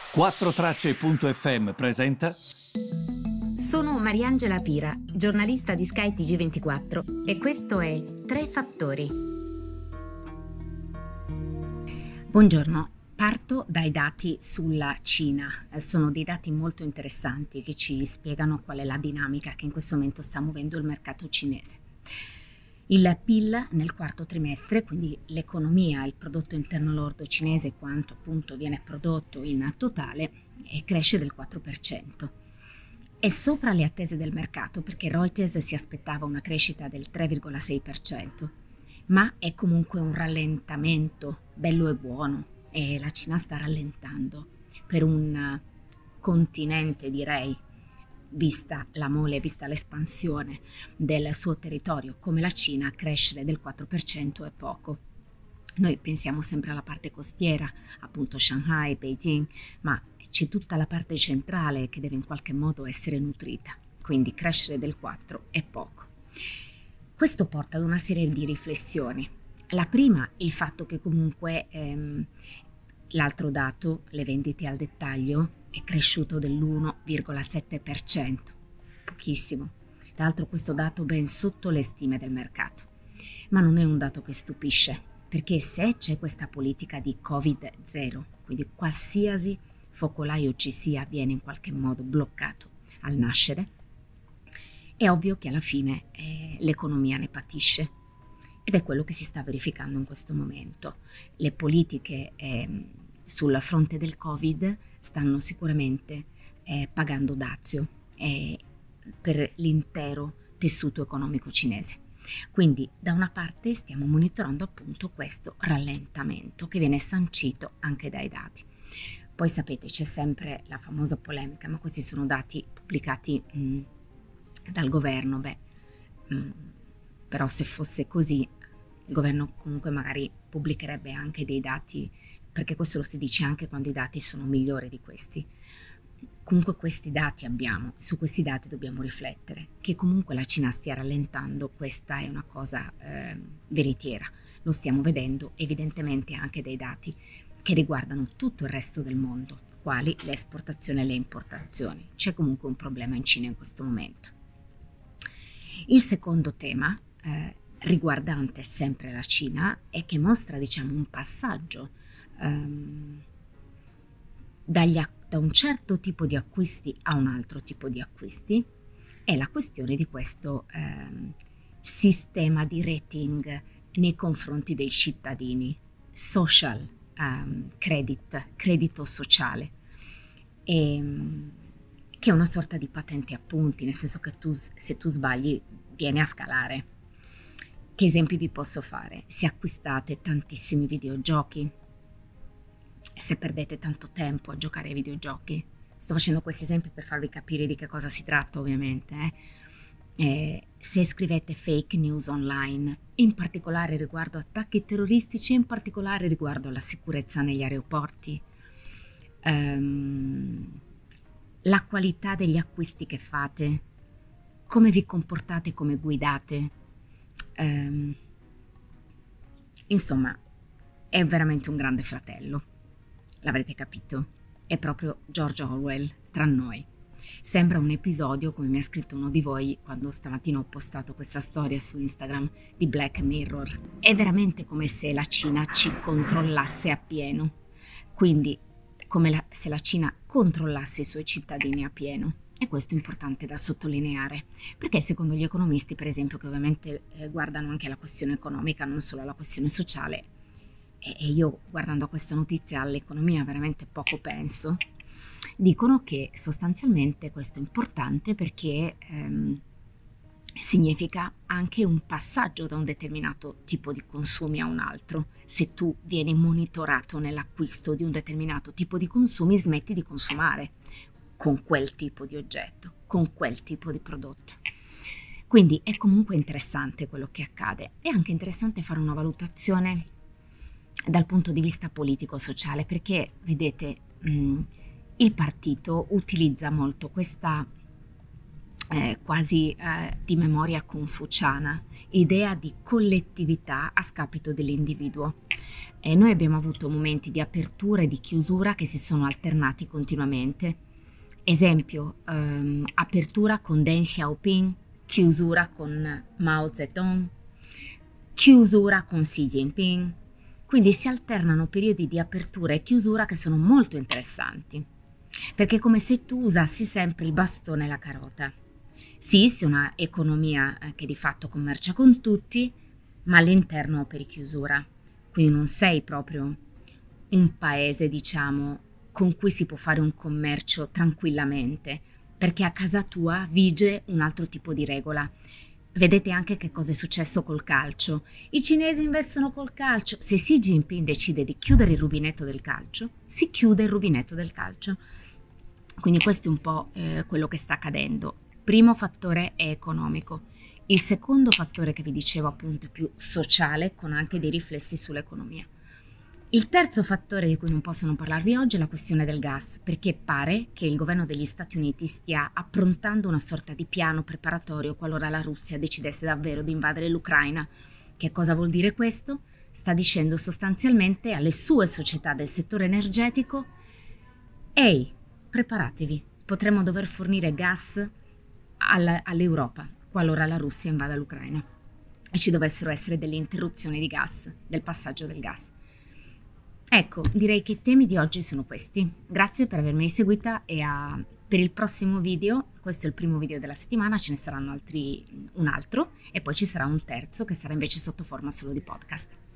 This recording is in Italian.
4Tracce.fm presenta. Sono Mariangela Pira, giornalista di Sky TG24 e questo è Tre Fattori. Buongiorno, parto dai dati sulla Cina. Sono dei dati molto interessanti che ci spiegano qual è la dinamica che in questo momento sta muovendo il mercato cinese. Il PIL nel quarto trimestre, quindi l'economia, il prodotto interno lordo cinese, quanto appunto viene prodotto in totale, cresce del 4%. È sopra le attese del mercato perché Reuters si aspettava una crescita del 3,6%, ma è comunque un rallentamento bello e buono e la Cina sta rallentando per un continente, direi, vista la mole, vista l'espansione del suo territorio come la Cina, crescere del 4% è poco. Noi pensiamo sempre alla parte costiera, appunto Shanghai, Beijing, ma c'è tutta la parte centrale che deve in qualche modo essere nutrita, quindi crescere del 4 è poco. Questo porta ad una serie di riflessioni. La prima, il fatto che comunque l'altro dato, le vendite al dettaglio, è cresciuto dell'1,7%, pochissimo. Tra l'altro questo dato ben sotto le stime del mercato. Ma non è un dato che stupisce, perché se c'è questa politica di Covid-0, quindi qualsiasi focolaio ci sia viene in qualche modo bloccato al nascere, è ovvio che alla fine l'economia ne patisce. Ed è quello che si sta verificando in questo momento. Le politiche sul fronte del Covid stanno sicuramente pagando dazio per l'intero tessuto economico cinese. Quindi da una parte stiamo monitorando appunto questo rallentamento che viene sancito anche dai dati. Poi sapete c'è sempre la famosa polemica, ma questi sono dati pubblicati dal governo, però se fosse così il governo comunque magari pubblicherebbe anche dei dati, perché questo lo si dice anche quando i dati sono migliori di questi. Comunque questi dati abbiamo, su questi dati dobbiamo riflettere. Che comunque la Cina stia rallentando, questa è una cosa veritiera. Lo stiamo vedendo evidentemente anche dai dati che riguardano tutto il resto del mondo, quali le esportazioni e le importazioni. C'è comunque un problema in Cina in questo momento. Il secondo tema riguardante sempre la Cina e che mostra diciamo un passaggio da un certo tipo di acquisti a un altro tipo di acquisti è la questione di questo sistema di rating nei confronti dei cittadini, social credito sociale, che è una sorta di patente a punti, nel senso che se tu sbagli viene a scalare. Che esempi vi posso fare? Se acquistate tantissimi videogiochi, se perdete tanto tempo a giocare ai videogiochi, sto facendo questi esempi per farvi capire di che cosa si tratta ovviamente, se scrivete fake news online, in particolare riguardo attacchi terroristici, in particolare riguardo alla sicurezza negli aeroporti, la qualità degli acquisti che fate, come vi comportate, come guidate, insomma è veramente un grande fratello, l'avrete capito, è proprio George Orwell tra noi. Sembra un episodio, come mi ha scritto uno di voi quando stamattina ho postato questa storia su Instagram, di Black Mirror. È veramente come se la Cina ci controllasse appieno, quindi come se la Cina controllasse i suoi cittadini appieno. E questo è importante da sottolineare, perché secondo gli economisti, per esempio, che ovviamente guardano anche la questione economica, non solo la questione sociale, e io guardando a questa notizia all'economia veramente poco penso, dicono che sostanzialmente questo è importante perché significa anche un passaggio da un determinato tipo di consumi a un altro. Se tu vieni monitorato nell'acquisto di un determinato tipo di consumi, smetti di consumare con quel tipo di oggetto, con quel tipo di prodotto. Quindi è comunque interessante quello che accade. È anche interessante fare una valutazione dal punto di vista politico-sociale, perché vedete il partito utilizza molto questa quasi di memoria confuciana, idea di collettività a scapito dell'individuo. E noi abbiamo avuto momenti di apertura e di chiusura che si sono alternati continuamente. Esempio, apertura con Deng Xiaoping, chiusura con Mao Zedong, chiusura con Xi Jinping. Quindi si alternano periodi di apertura e chiusura che sono molto interessanti, perché è come se tu usassi sempre il bastone e la carota. Sì, sei una economia che di fatto commercia con tutti, ma all'interno operi chiusura. Quindi non sei proprio un paese, diciamo, con cui si può fare un commercio tranquillamente, perché a casa tua vige un altro tipo di regola. Vedete anche che cosa è successo col calcio. I cinesi investono col calcio. Se Xi Jinping decide di chiudere il rubinetto del calcio, si chiude il rubinetto del calcio. Quindi questo è un po' quello che sta accadendo. Primo fattore è economico. Il secondo fattore che vi dicevo appunto è più sociale, con anche dei riflessi sull'economia. Il terzo fattore di cui non posso non parlarvi oggi è la questione del gas, perché pare che il governo degli Stati Uniti stia approntando una sorta di piano preparatorio qualora la Russia decidesse davvero di invadere l'Ucraina. Che cosa vuol dire questo? Sta dicendo sostanzialmente alle sue società del settore energetico: ehi, preparatevi, potremmo dover fornire gas all'Europa qualora la Russia invada l'Ucraina e ci dovessero essere delle interruzioni di gas, del passaggio del gas. Ecco, direi che i temi di oggi sono questi. Grazie per avermi seguita e per il prossimo video, questo è il primo video della settimana, ce ne saranno un altro e poi ci sarà un terzo che sarà invece sotto forma solo di podcast.